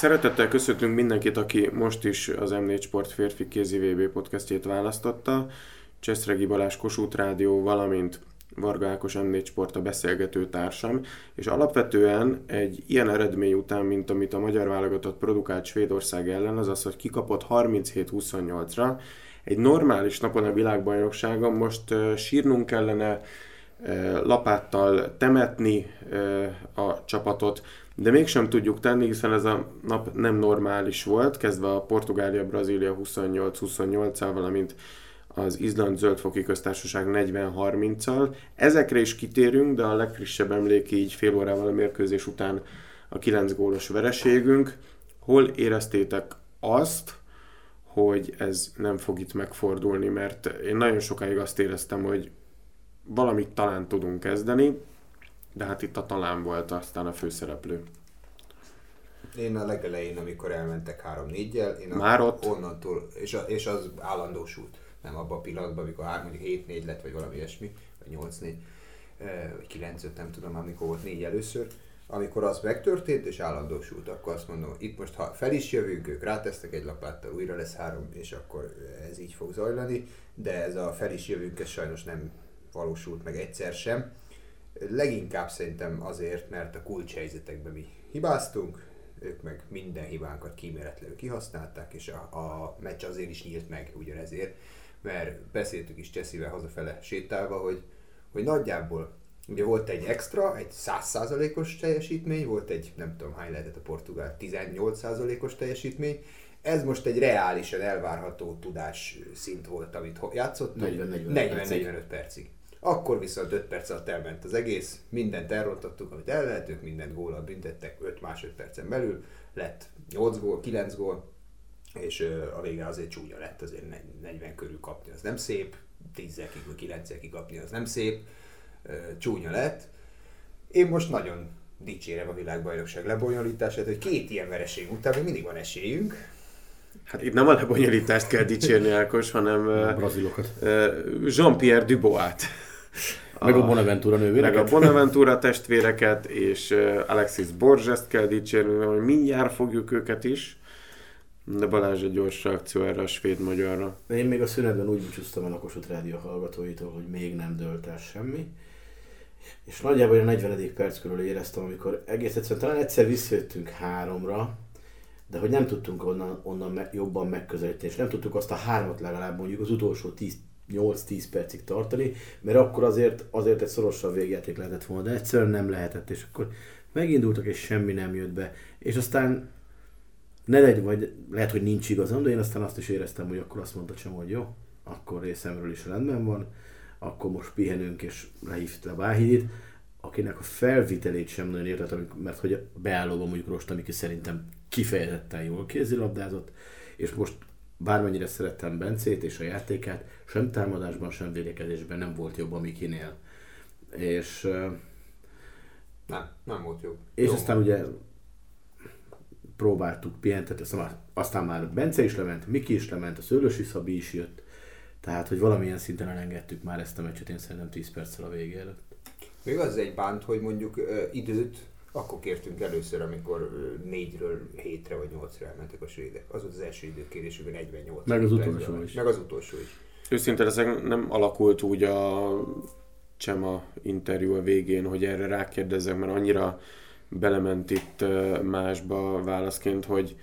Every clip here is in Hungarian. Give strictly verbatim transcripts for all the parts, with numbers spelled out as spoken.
Szeretettel köszöntünk mindenkit, aki most is az em négy Sport férfi kézi vé bé podcastjét választotta. Cseszregi Balázs Kossuth Rádió, valamint Varga Ákos em négy Sport a beszélgető társam, és alapvetően egy ilyen eredmény után, mint amit a magyar válogatott produkált Svédország ellen, azaz, hogy kikapott harminchét huszonnyolcra, egy normális napon a világbajnokságon most uh, sírnunk kellene, uh, lapáttal temetni uh, a csapatot, de mégsem tudjuk tenni, hiszen ez a nap nem normális volt, kezdve a Portugália-Brazília huszonnyolc huszonnyolccal, valamint az Izland-Zöldfoki Köztársaság negyven harminccal. Ezekre is kitérünk, de a legfrissebb emlék így fél órával a mérkőzés után a kilenc gólos vereségünk. Hol éreztétek azt, hogy ez nem fog itt megfordulni, mert én nagyon sokáig azt éreztem, hogy valamit talán tudunk kezdeni, de hát itt a talán volt aztán a főszereplő. Én a legelején, amikor elmentek három négyel, én Már a, ott? onnantól, és, a, és az állandósult. Nem abban a pillanatban, amikor mondjuk hét négy lett, vagy valami ilyesmi, vagy nyolc négy, vagy kilenc öt, nem tudom, amikor volt négy először. Amikor az megtörtént és állandósult, akkor azt mondom, itt most ha fel is jövünk, ők rátesztek egy lapáttal, újra lesz három, és akkor ez így fog zajlani, de ez a fel is jövünk, ez sajnos nem valósult meg egyszer sem. Leginkább szerintem azért, mert a kulcshelyzetekben mi hibáztunk, ők meg minden hibánkat kíméletlenül kihasználták, és a, a meccs azért is nyílt meg ugyanezért, mert beszéltük is Cseszivel hazafele sétálva, hogy, hogy nagyjából ugye volt egy extra, egy száz százalékos teljesítmény, volt egy, nem tudom hány lehetett a portugál, tizennyolc százalékos teljesítmény, ez most egy reálisan elvárható tudás szint volt, amit játszott, negyven-negyvenöt percig. Akkor viszont öt perc alatt elment az egész, mindent elrontottuk, amit el lehetünk, mindent góllal büntettek öt másodpercen belül, lett nyolc gól, kilenc gól, és a végre azért csúnya lett, azért negyven körül kapni az nem szép, tízzel vagy kilenccel kikapni az nem szép, csúnya lett. Én most nagyon dicsérem a világbajnokság lebonyolítását, hogy két ilyen vereség után még mindig van esélyünk. Hát itt nem a lebonyolítást kell dicsérni, Ákos, hanem a brazilokat. Jean-Pierre Dubois-t. Meg a Bonaventura nővéreket. Meg a Bonaventura testvéreket, és Alexis Borges-t kell dicsérni, hogy mindjárt fogjuk őket is. De Balázs egy gyors reakció erre a svéd-magyarra. Én még a szünetben úgy búcsúztam el a Kossuth Rádió hallgatóitól, hogy még nem dőlt el semmi. És nagyjából a negyvenedik perc körül éreztem, amikor egész egyszerűen talán egyszer visszajöttünk háromra, de hogy nem tudtunk onnan, onnan me- jobban megközelíteni, és nem tudtuk azt a hármat legalább mondjuk az utolsó nyolc-tíz percig tartani, mert akkor azért, azért egy szorosabb végjáték lehetett volna, de egyszerűen nem lehetett, és akkor megindultak, és semmi nem jött be. És aztán ne legy, vagy lehet, hogy nincs igazam, de én aztán azt is éreztem, hogy akkor azt mondta Csoma, hogy jó, akkor részemről is rendben van, akkor most pihenünk, és lehívta a Váhidit, akinek a felvitelét sem nagyon értettem, mert hogy beállóban mondjuk Rostamiki szerintem kifejezetten jól kézilabdázott, és most bármennyire szerettem Bencét és a játékát, sem támadásban, sem védekezésben nem volt jobb a Mikinél. És nem, nem volt jobb. És jó. Aztán ugye próbáltuk pihentetni, aztán, aztán már Bence is lement, Miki is lement, a Szőlősi Szabi is jött, tehát hogy valamilyen szinten elengedtük már ezt a meccset, én szerintem tíz perccel a vége előtt. Még az egy bánt, hogy mondjuk uh, időt akkor kértünk először, amikor négyről hétre vagy nyolcra elmentek a svédek. Az volt az első időkérésükben negyvennyolc. Meg az utolsó is. Meg az utolsó is. Őszintén ezek nem alakult úgy a Csema interjú a végén, hogy erre rákérdezzek, mert annyira belement itt másba válaszként, hogy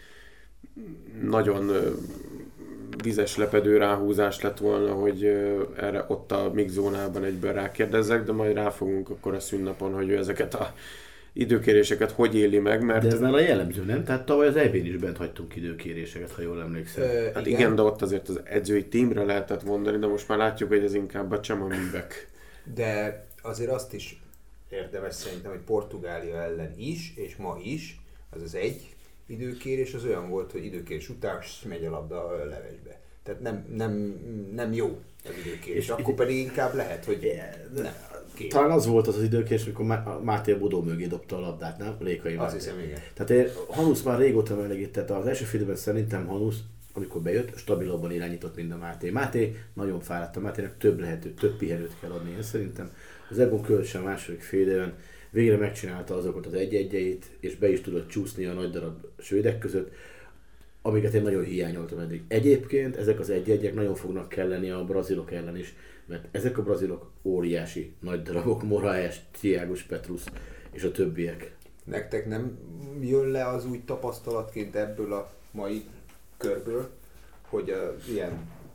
nagyon vizes lepedő ráhúzás lett volna, hogy erre ott a mix zónában egyből rákérdezzek, de majd ráfogunk akkor a szünnapon, hogy ő ezeket a időkéréseket hogy éli meg, mert... De ez már a jellemző, nem? Tehát tavaly az é bén is bent hagytunk időkéréseket, ha jól emlékszem. Ö, hát igen. igen, de ott azért az edzői tímre lehetett mondani, de most már látjuk, hogy ez inkább a Csema művek. De azért azt is érdemes szerintem, hogy Portugália ellen is, és ma is, az az egy időkérés, az olyan volt, hogy időkérés után megy a labda a levesbe. Tehát nem, nem, nem jó az időkérés, és akkor pedig inkább lehet, hogy nem. Két. Talán az volt az az időkérés, amikor Máté a Bodó mögé dobta a labdát, nem? Lékai Azt Máté. hiszem, igen. Tehát én, Hanusz már régóta melegített, az első félidőben szerintem Hanusz, amikor bejött, stabilabban irányított, mint a Máté. Máté nagyon fáradt, a Mátének több lehető, több pihenőt kell adni, én szerintem. Az Egon különösen második félidőben végre megcsinálta azokat az egy-egyeit, és be is tudott csúszni a nagy darab svédek között, amiket én nagyon hiányoltam eddig. Egyébként ezek az egy-egyek nagyon fognak kelleni a brazilok ellen is, mert ezek a brazilok óriási nagy darabok, Moraes, Thiago Petrus és a többiek. Nektek nem jön le az új tapasztalatként ebből a mai körből, hogy uh, ilyen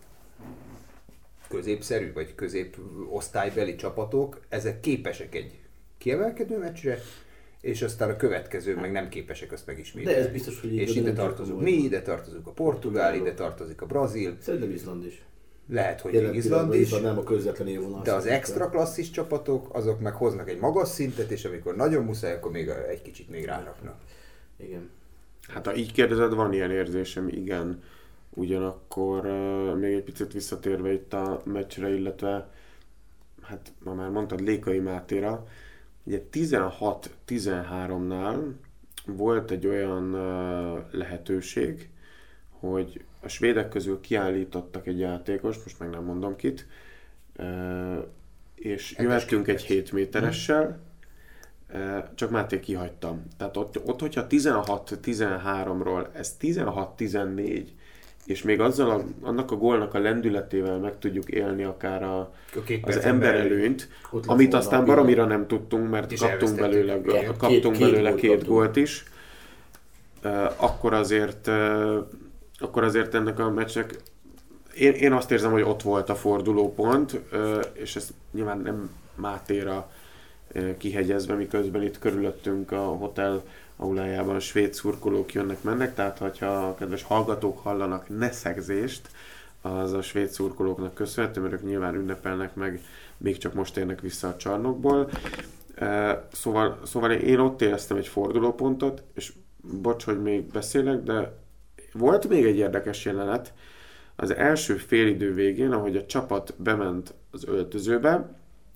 középszerű vagy középosztálybeli csapatok, ezek képesek egy kiemelkedő meccsre, és aztán a következő meg nem képesek azt megismételni. De ez biztos, hogy és ide tartozunk mi, ide tartozunk a portugál, ide tartozik a brazil. Szerintem Izland is. Lehet, hogy még Izland is, nem a közvetlen élvonal. De az extra klasszis csapatok, azok meg hoznak egy magas szintet, és amikor nagyon muszáj, akkor még egy kicsit még ráraknak. Igen. Hát ha így kérdezed, van ilyen érzésem, igen. Ugyanakkor uh, még egy picit visszatérve itt a meccsre, illetve hát ma már mondtad Lékai Mátéra, ugye tizenhat tizenháromnál volt egy olyan uh, lehetőség, hogy a svédek közül kiállítottak egy játékost, most meg nem mondom kit, uh, és jöhettünk egy hét méteressel, uh, csak Máté kihagyta. Tehát ott, ott hogyha tizenhat tizenháromról ez tizenhat tizennégy, és még azzal a, annak a gólnak a lendületével meg tudjuk élni akár a, a az emberelőnyt, amit aztán baromira nem tudtunk, mert kaptunk belőle, két, kaptunk két, belőle két, két gólt is, uh, akkor azért uh, akkor azért ennek a meccsnek én, én azt érzem, hogy ott volt a fordulópont, uh, és ez nyilván nem Mátéra uh, kihegyezve, miközben itt körülöttünk a hotel aulájában svéd szurkolók jönnek-mennek, tehát hogyha a kedves hallgatók hallanak neszegzést, az a svéd szurkolóknak köszönhető, mert ők nyilván ünnepelnek meg, még csak most érnek vissza a csarnokból. Szóval, szóval én ott éreztem egy fordulópontot, és bocs, hogy még beszélek, de volt még egy érdekes jelenet. Az első félidő végén, ahogy a csapat bement az öltözőbe,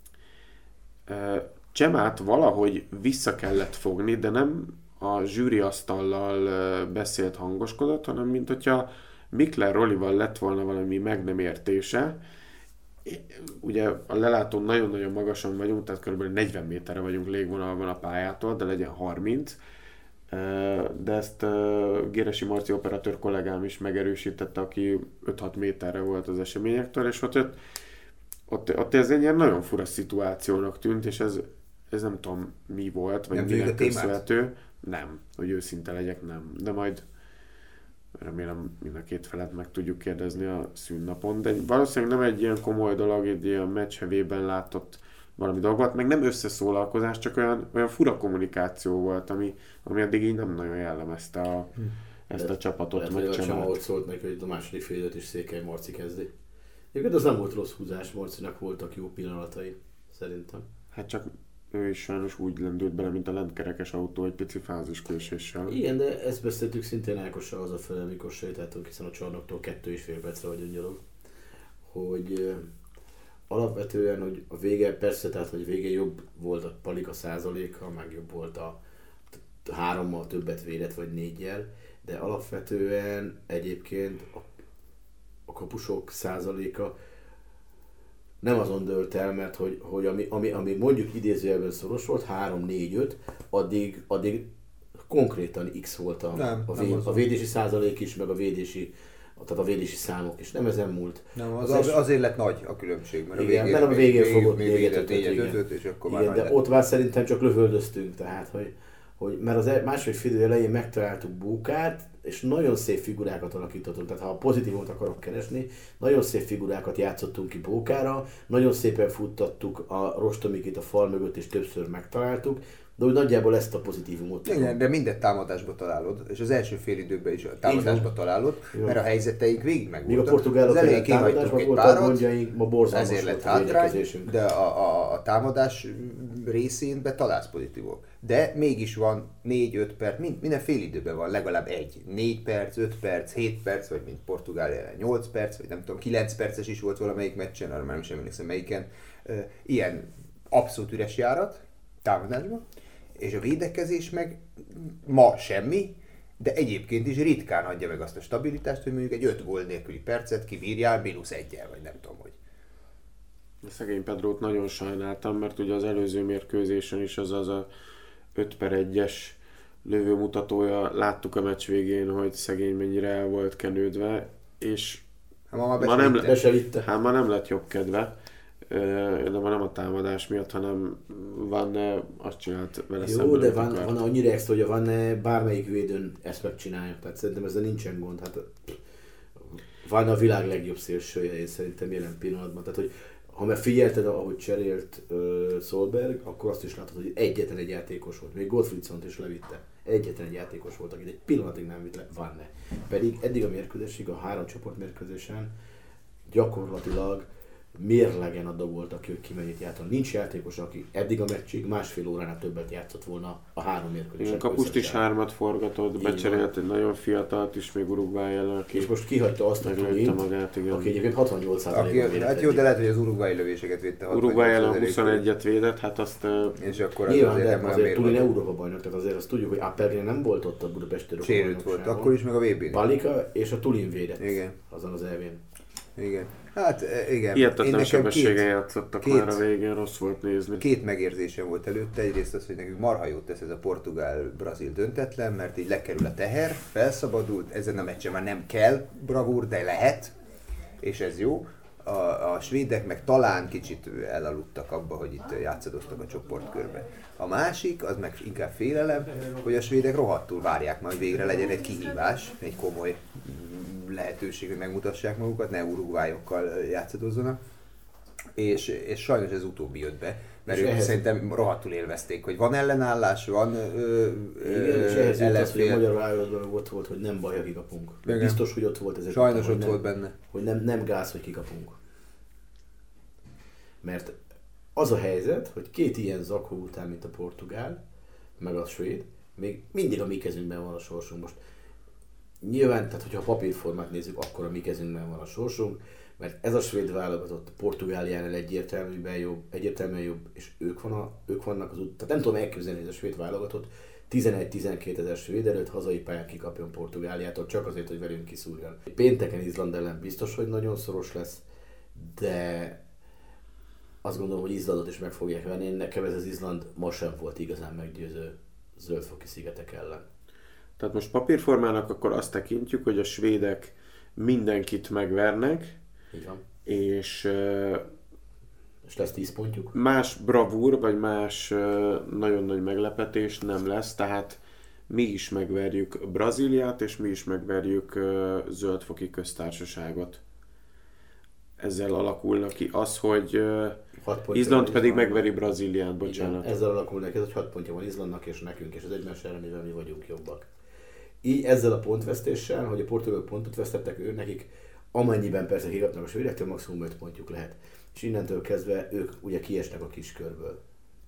Csemát valahogy vissza kellett fogni, de nem a zsűriasztallal beszélt, hangoskodott, hanem mint hogyha Mikler Rolival lett volna valami meg nem értése. Ugye a lelátón nagyon-nagyon magasan vagyunk, tehát kb. negyven méterre vagyunk légvonalban a pályától, de legyen harminc. De ezt Géresi Marci operatőr kollégám is megerősítette, aki öt-hat méterre volt az eseményektől, és ott, ott, ott ez egy ilyen nagyon fura szituációnak tűnt, és ez, ez nem tudom mi volt, vagy minek köszönhető. Nem, hogy őszinte legyek, nem. De majd remélem mind a két felet meg tudjuk kérdezni a szünnapon. De valószínűleg nem egy ilyen komoly dolog, egy ilyen meccs hevében látott valami dolgot, meg nem összeszólalkozás, csak olyan, olyan fura kommunikáció volt, ami, ami addig így nem nagyon jellemezte a, hm. ezt a csapatot. Lehet, hogy a Csama ott szólt neki, hogy a második fél időt is Székely Marci kezdi. Egyébként az nem volt rossz húzás, Marcinak voltak jó pillanatai, szerintem. Hát csak ő is sajnos úgy lendült bele, mint a lentkerekes autó, egy pici fáziskéséssel. Igen, de ezt beszéltük szintén Ákossal hazafelé, amikor sétáltunk, hiszen a csarnoktól kettő és fél percre vagy öngyalog, hogy uh, alapvetően, hogy a vége, persze, tehát hogy vége jobb volt a palika százaléka, meg jobb volt a t- hárommal többet védett, vagy négyel, de alapvetően egyébként a, a kapusok százaléka nem azon dőlt el, mert hogy, hogy ami, ami, ami mondjuk idézőjelben szoros volt, három négy öt, addig, addig konkrétan X volt a, nem, a, véd, a védési százalék is, meg a védési, tehát a védési számok is. Nem ezen múlt. Nem, az, az, azért lett nagy a különbség, mert igen, a végén, a végén még, fogott még védett négyet ötöt, és akkor igen, már de lett. ott már szerintem csak lövöldöztünk, tehát hogy, hogy mert az második fél idő elején megtaláltuk Bókát, és nagyon szép figurákat alakítottunk, tehát ha a pozitívumot akarok keresni, nagyon szép figurákat játszottunk ki Bókára, nagyon szépen futtattuk a Rostomikit a fal mögött, és többször megtaláltuk, de úgy nagyjából ezt a pozitívumot. Igen, de mindet támadásba találod, és az első fél időben is a támadásba találod, mert a helyzeteik végig megvoltak. Míg a portugálok elején támadásban voltak gondjaink, ma borzalmas ezért lett hátrány, de a, a, a támadás részén be találsz pozitívok. De mégis van négy-öt perc, mind, minden fél időben van legalább egy. négy perc, öt perc, hét perc, vagy mint Portugália nyolc perc, vagy nem tudom, kilenc perces is volt valamelyik meccsen, arra már nem sem emlékszem melyiken. Ilyen abszolút üres járat támadásban. És a védekezés meg ma semmi, de egyébként is ritkán adja meg azt a stabilitást, hogy mondjuk egy öt gól nélküli percet kibírjál mínusz egyel, vagy nem tudom hogy. Szegény Pedrót nagyon sajnáltam, mert ugye az előző mérkőzésen is az az a öt per egyes lövőmutatója, láttuk a meccs végén, hogy szegény mennyire el volt kenődve, és hát ma, ma, nem le, hát ma nem lett jobb kedve, de ma nem a támadás miatt, hanem Van azt csinált vele jó, szemben. Jó, de van, van annyira extra, hogy a Van bármelyik védőn ezt megcsinálja, tehát szerintem ezzel nincsen gond. Hát Van a világ legjobb szélsője, én szerintem jelen pillanatban. Tehát, hogy ha már figyelted, ahogy cserélt uh, Solberg, akkor azt is látod, hogy egyetlen egy játékos volt. Még Gottfriedsont is levitte. Egyetlen egy játékos volt, akit egy pillanatig nem vitt le, Vanne. Pedig eddig a mérkőzésig, a három csoportmérkőzésen gyakorlatilag mérlegen a dobolt, aki hogy ki mennyit játszott. Nincs játékos, aki eddig a meccsig másfél óránál többet játszott volna a három mérkőzésen. Igen, kapust is hármat forgatott, becserélt egy nagyon fiatalt is, még Uruguay ellen, aki és most kihagyta azt a Tulint, magát, igen. Aki egyébként hatvannyolc százalékban védett. Hát jó, de lehet, hogy az uruguayi lövéseket védte. Uruguay ellen huszonegyet védett, hát azt... És akkor az nyilván, azért de nem azért Tulin Európa bajnok, tehát azért azt tudjuk, hogy Apelgren nem volt ott a Budapesti Európa sérült volt, akkor is meg a vé bén. Balika és a Tulin védett. Igen. Azon az elvén. Igen. Hát igen. Hihetetlen sebességgel játszottak két, már a végén, rossz volt nézni. Két megérzése volt előtte, egyrészt az, hogy nekünk marha jót tesz ez a portugál-brazil döntetlen, mert így lekerül a teher, felszabadult, ezen a meccsen már nem kell bravúr, de lehet, és ez jó. A, a svédek meg talán kicsit elaludtak abba, hogy itt játszadoztak a csoportkörbe. A másik, az meg inkább félelem, hogy a svédek rohadtul várják majd végre legyen egy kihívás, egy komoly lehetőség, hogy megmutassák magukat, ne Uruguayokkal játszadozzanak. És, és sajnos ez utóbbi jött be, mert ők szerintem rohadtul élvezték, hogy van ellenállás, van ö, igen, és ehhez jut az, hogy a magyar válogatban ott volt, hogy nem baj, ha kikapunk. Igen. Biztos, hogy ott volt ez. Sajnos után, ott nem, volt benne. Hogy nem, nem gáz, hogy kikapunk. Mert az a helyzet, hogy két ilyen zakó után, mint a portugál, meg a svéd, még mindig a mi kezünkben van a sorsunk. Most nyilván, tehát hogyha a papírformát nézzük, akkor a mi kezünkben van a sorsunk, mert ez a svéd válogatott Portugáliánál egyértelműen jobb, egyértelműen jobb, és ők, van a, ők vannak az út. Tehát nem tudom elképzelni, hogy ez a svéd válogatott tizenegy-tizenkét ezer svéd előtt hazai pályán kikapjon Portugáliától, csak azért, hogy velünk kiszúrjon. Pénteken Izland ellen biztos, hogy nagyon szoros lesz, de azt gondolom, hogy Izlandot is meg fogják venni. Nekem ez az Izland most sem volt igazán meggyőző zöldfoki szigetek ellen. Tehát most papírformának akkor azt tekintjük, hogy a svédek mindenkit megvernek, így van. És, és lesz tíz pontjuk. Más bravúr, vagy más nagyon nagy meglepetés nem lesz, tehát mi is megverjük Brazíliát, és mi is megverjük Zöldfoki Köztársaságot. Ezzel alakulna ki az, hogy Izland pedig megveri Brazíliát, bocsánat. Igen, ezzel alakul neki, hogy hat pontja van Izlandnak és nekünk, és az egymás ellenében mi vagyunk jobbak. Így ezzel a pontvesztéssel, hogy a portugálok pontot vesztettek, ő nekik amennyiben persze kikapnak a svédektől, maximum öt pontjuk lehet. És innentől kezdve ők ugye kiesnek a kiskörből.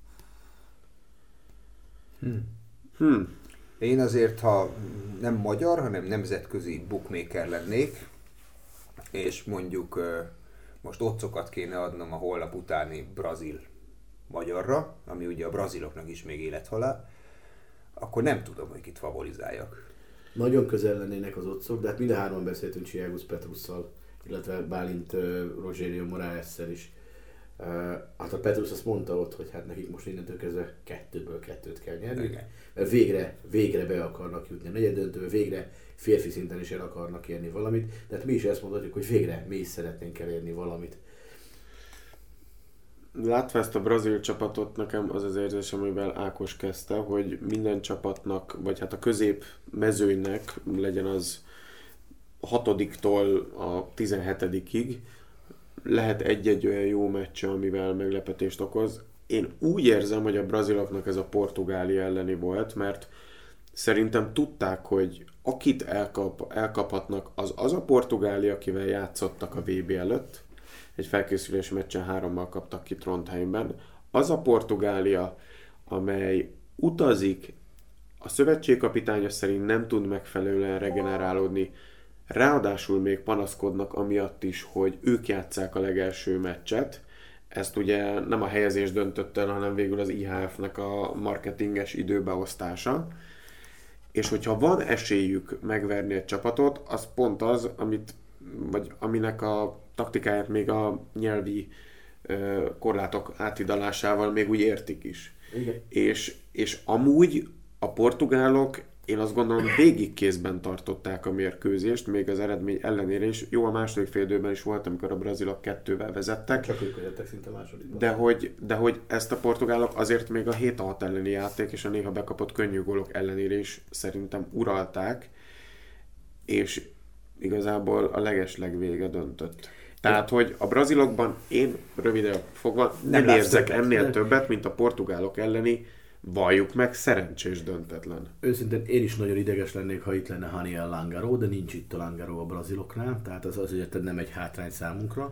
Hmm. Hmm. Én azért, ha nem magyar, hanem nemzetközi bookmaker lennék, és mondjuk most otcokat kéne adnom a holnap utáni brazil-magyarra, ami ugye a braziloknak is még élethalál, akkor nem tudom, hogy kit favorizáljak. Nagyon közel lennének az otcok, de hát mind a hárman beszéltünk Thiago Petrusszal, illetve Bálint uh, Rogerio Moraesszel is. Uh, hát a Petrus azt mondta ott, hogy hát nekik most innentől kezdve kettőből kettőt kell nyerni, igen. Mert végre, végre be akarnak jutni a negyeddöntőbe, végre férfi szinten is el akarnak érni valamit, de hát mi is ezt mondhatjuk, hogy végre mi is szeretnénk elérni valamit. Látva ezt a brazil csapatot, nekem az az érzésem, amivel Ákos kezdte, hogy minden csapatnak, vagy hát a közép mezőnynek, legyen az hatodiktól a tizenhetedikig, lehet egy-egy olyan jó meccse, amivel meglepetést okoz. Én úgy érzem, hogy a braziloknak ez a Portugália elleni volt, mert szerintem tudták, hogy akit elkap, elkaphatnak, az az a Portugália, akivel játszottak a vé bé előtt. Egy felkészülési meccsen hárommal kaptak ki Trondheimben. Az a Portugália, amely utazik, a szövetségkapitánya szerint nem tud megfelelően regenerálódni, ráadásul még panaszkodnak amiatt is, hogy ők játsszák a legelső meccset. Ezt ugye nem a helyezés döntött el, hanem végül az i há ef-nek a marketinges időbeosztása. És hogyha van esélyük megverni egy csapatot, az pont az, amit, vagy aminek a taktikáját még a nyelvi korlátok átidalásával még úgy értik is. Igen. És, és amúgy a portugálok, én azt gondolom, végig kézben tartották a mérkőzést, még az eredmény ellenére is. Jó, a második fél időben is volt, amikor a brazilok kettővel vezettek. Csak ők vezettek szinte másodikban. De hogy, de hogy ezt a portugálok azért még a hét hat elleni játék és a néha bekapott könnyű gólok ellenére is szerintem uralták, és igazából a legesleg vége döntött. Tehát, hogy a brazilokban én röviden fogva nem, nem érzek többet, ennél de... többet, mint a portugálok elleni, valljuk meg, szerencsés döntetlen. Őszintén én is nagyon ideges lennék, ha itt lenne Haniel Langaró, de nincs itt a Langaró a braziloknál, tehát az azért nem egy hátrány számunkra.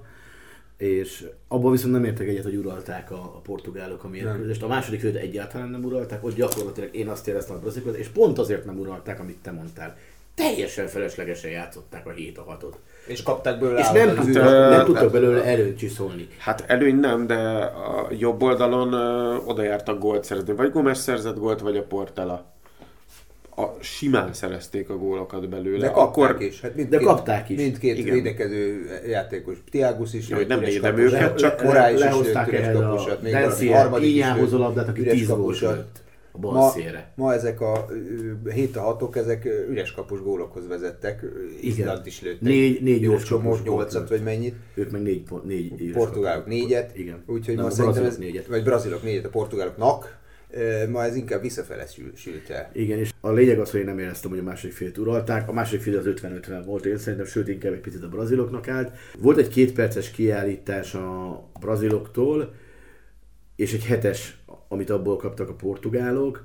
És abban viszont nem értek egyet, hogy uralták a, a portugálok a mérkőzést. A második félidőt egyáltalán nem uralták, ott gyakorlatilag én azt éreztem a brazilok, és pont azért nem uralták, amit te mondtál. Teljesen feleslegesen játszották a hét a hatot. És kapták belőle És nem, tudtak, nem, nem tudtak belőle előnyt csiszolni. Hát előny nem, de a jobb oldalon ö, oda jártak gólt szerezni. Vagy Gomes szerzett gólt, vagy a Portela. A, simán szerezték a gólokat belőle. De kapták Akkor, is. Hát mindkét, de kapták is. Mindkét igen. Védekező játékos. Thiagus is. Jó, nem védem őket, csak Morá is lehozták ehhez a Denzier, Inyához a labdát, aki tíz gólt lőtt. Ma, ma ezek a hét a hatok, ezek üres kapus gólokhoz vezettek. Izland is lőttek. Négy, négy üres kapus nyolcat vagy mennyit. Ők meg négy, négy portugálok négyet. Igen. Úgyhogy ma szerintem ez, négyet. Vagy brazilok négyet a portugáloknak. Ma ez inkább visszafele sült el. Igen, és a lényeg az, hogy én nem éreztem, hogy a második félt uralták. A második fél az ötven ötven volt, én szerintem, sőt inkább egy picit a braziloknak állt. Volt egy két perces kiállítás a braziloktól, és egy hetes, amit abból kaptak a portugálok.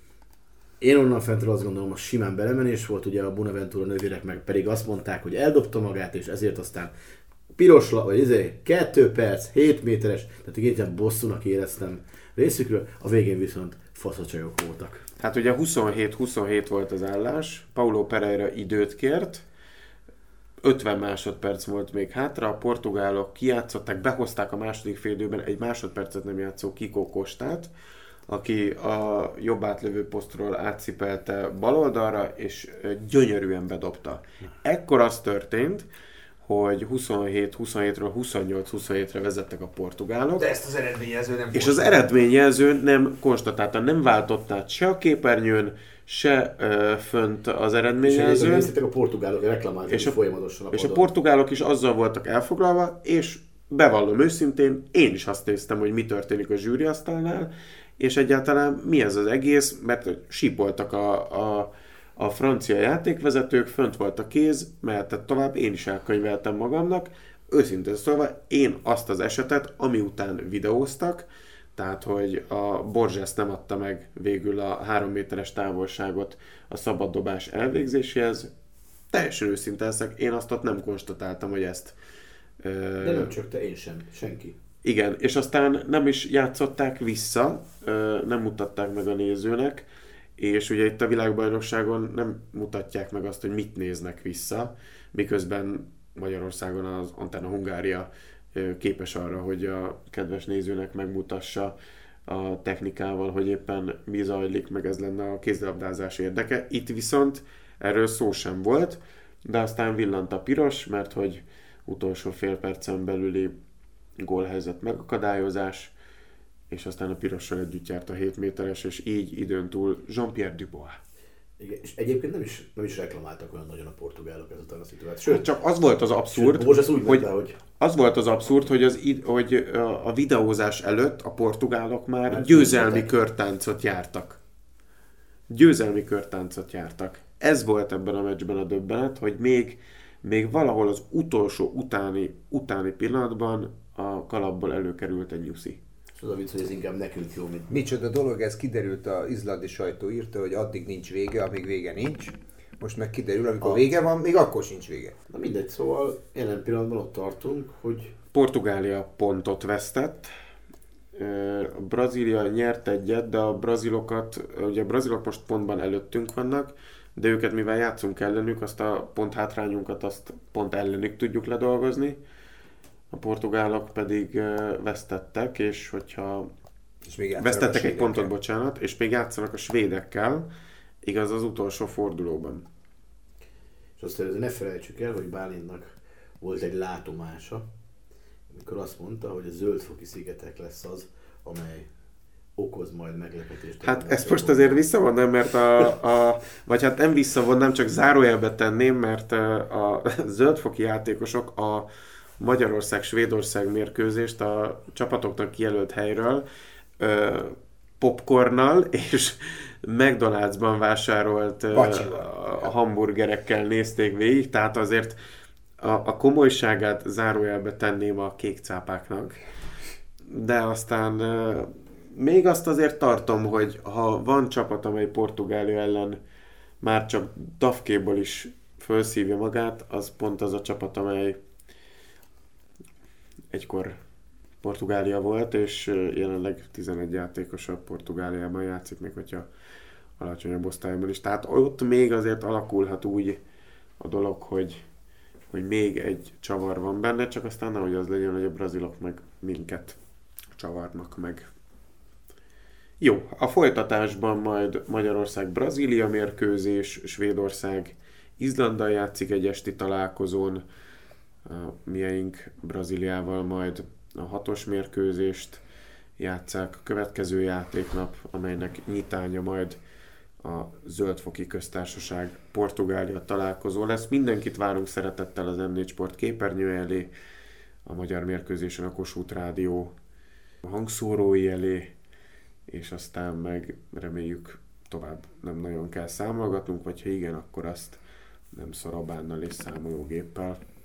Én onnan fentről azt gondolom, a simán belemenés volt, ugye a Bonaventura nővérek meg pedig azt mondták, hogy eldobta magát, és ezért aztán piros, vagy izé, kettő perc, hét méteres, tehát egy ilyen bosszúnak éreztem részükről, a végén viszont faszacsajok voltak. Hát ugye huszonhét huszonhét volt az állás, Paulo Pereira időt kért, ötven másodperc volt még hátra, a portugálok kijátszották, behozták a második félidőben egy másodpercet nem játszó Kiko Costát, aki a jobb átlövő posztról átszipelte bal oldalra, és gyönyörűen bedobta. Ekkor az történt, hogy huszonhét huszonhétről huszonnyolc huszonhétre vezettek a portugálok. De ezt az eredményjelző nem És az eredményjelző nem konstatálta, nem váltott át se a képernyőn, se uh, fönt az eredményjelzőn. És a portugálok reklamáltak és a, folyamatosan a És a portugálok is azzal voltak elfoglalva, és bevallom őszintén, én is azt néztem, hogy mi történik a zsűriasztalnál, és egyáltalán mi ez az egész, mert sípoltak a, a, a francia játékvezetők, fönt volt a kéz, mehetett tovább, én is elkönyveltem magamnak. Őszintén szóval én azt az esetet, ami után videóztak, tehát hogy a Borges nem adta meg végül a három méteres távolságot a szabaddobás elvégzéséhez, teljesen őszinte leszek, én azt ott nem konstatáltam, hogy ezt... De nem csak te, én sem, senki. Igen, és aztán nem is játszották vissza, nem mutatták meg a nézőnek, és ugye itt a világbajnokságon nem mutatják meg azt, hogy mit néznek vissza, miközben Magyarországon az Antenna Hungária képes arra, hogy a kedves nézőnek megmutassa a technikával, hogy éppen mi zajlik, meg ez lenne a kézilabdázás érdeke. Itt viszont erről szó sem volt, de aztán villant a piros, mert hogy utolsó fél percen belüli gólhelyzet megakadályozás, és aztán a pirossal együtt járt a hét méteres, és így időn túl Jean-Pierre Dubois. Igen, és egyébként nem is, nem is reklamáltak olyan nagyon a portugálok ezután a szituációt. Sőt, csak az volt az abszurd, sőt, úgy hogy, mondta, hogy az volt az abszurd, hogy, az, hogy a videózás előtt a portugálok már hát, győzelmi körtáncot jártak. Győzelmi körtáncot jártak. Ez volt ebben a meccsben a döbbenet, hogy még, még valahol az utolsó utáni, utáni pillanatban a kalapból előkerült egy nyuszi. Az a vicc, hogy ez inkább nekünk jó, mint... Micsoda dolog, ez kiderült, az izlandi sajtó írta, hogy addig nincs vége, amíg vége nincs. Most meg kiderül, amikor a... vége van, még akkor sincs vége. Na mindegy, szóval jelen pillanatban ott tartunk, hogy... Portugália pontot vesztett, a Brazília nyert egyet, de a brazilokat, ugye a brazilok most pontban előttünk vannak, de őket mivel játszunk ellenük, azt a pont hátrányunkat azt pont ellenük tudjuk ledolgozni. A portugálok pedig vesztettek, és hogyha és még vesztettek egy pontot, bocsánat, és még játszanak a svédekkel, igaz az utolsó fordulóban. És azt ne felejtsük el, hogy Bálintnak volt egy látomása, amikor azt mondta, hogy a Zöld-foki szigetek lesz az, amely okoz majd meglepetést. Hát ezt most azért visszavonnám, mert a, a, vagy hát nem visszavonnám, csak zárójelbe tenném, mert a zöldfoki játékosok a Magyarország-Svédország mérkőzést a csapatoknak kijelölt helyről popcornnal és McDonald'sban vásárolt a hamburgerekkel nézték végig, tehát azért a, a komolyságát zárójelbe tenném a kék cápáknak. De aztán még azt azért tartom, hogy ha van csapat, amely Portugália ellen már csak dafkéból is felszívja magát, az pont az a csapat, amely egykor Portugália volt, és jelenleg tizenegy játékosabb Portugáliában játszik, még hogyha alacsonyabb osztályban is. Tehát ott még azért alakulhat úgy a dolog, hogy, hogy még egy csavar van benne, csak aztán nehogy az legyen, hogy a brazilok meg minket csavarnak meg. Jó, a folytatásban majd Magyarország-Brazília mérkőzés, Svédország Izlanddal játszik egy esti találkozón, a mieink Brazíliával majd a hatos mérkőzést játsszák a következő játéknap, amelynek nyitánya majd a Zöld-foki Köztársaság Portugália találkozó lesz. Mindenkit várunk szeretettel az em négy Sport képernyő elé, a magyar mérkőzésen a Kossuth Rádió hangszórói elé, és aztán meg reméljük tovább nem nagyon kell számolgatnunk, vagy ha igen, akkor azt nem szarabánnal és számológéppel.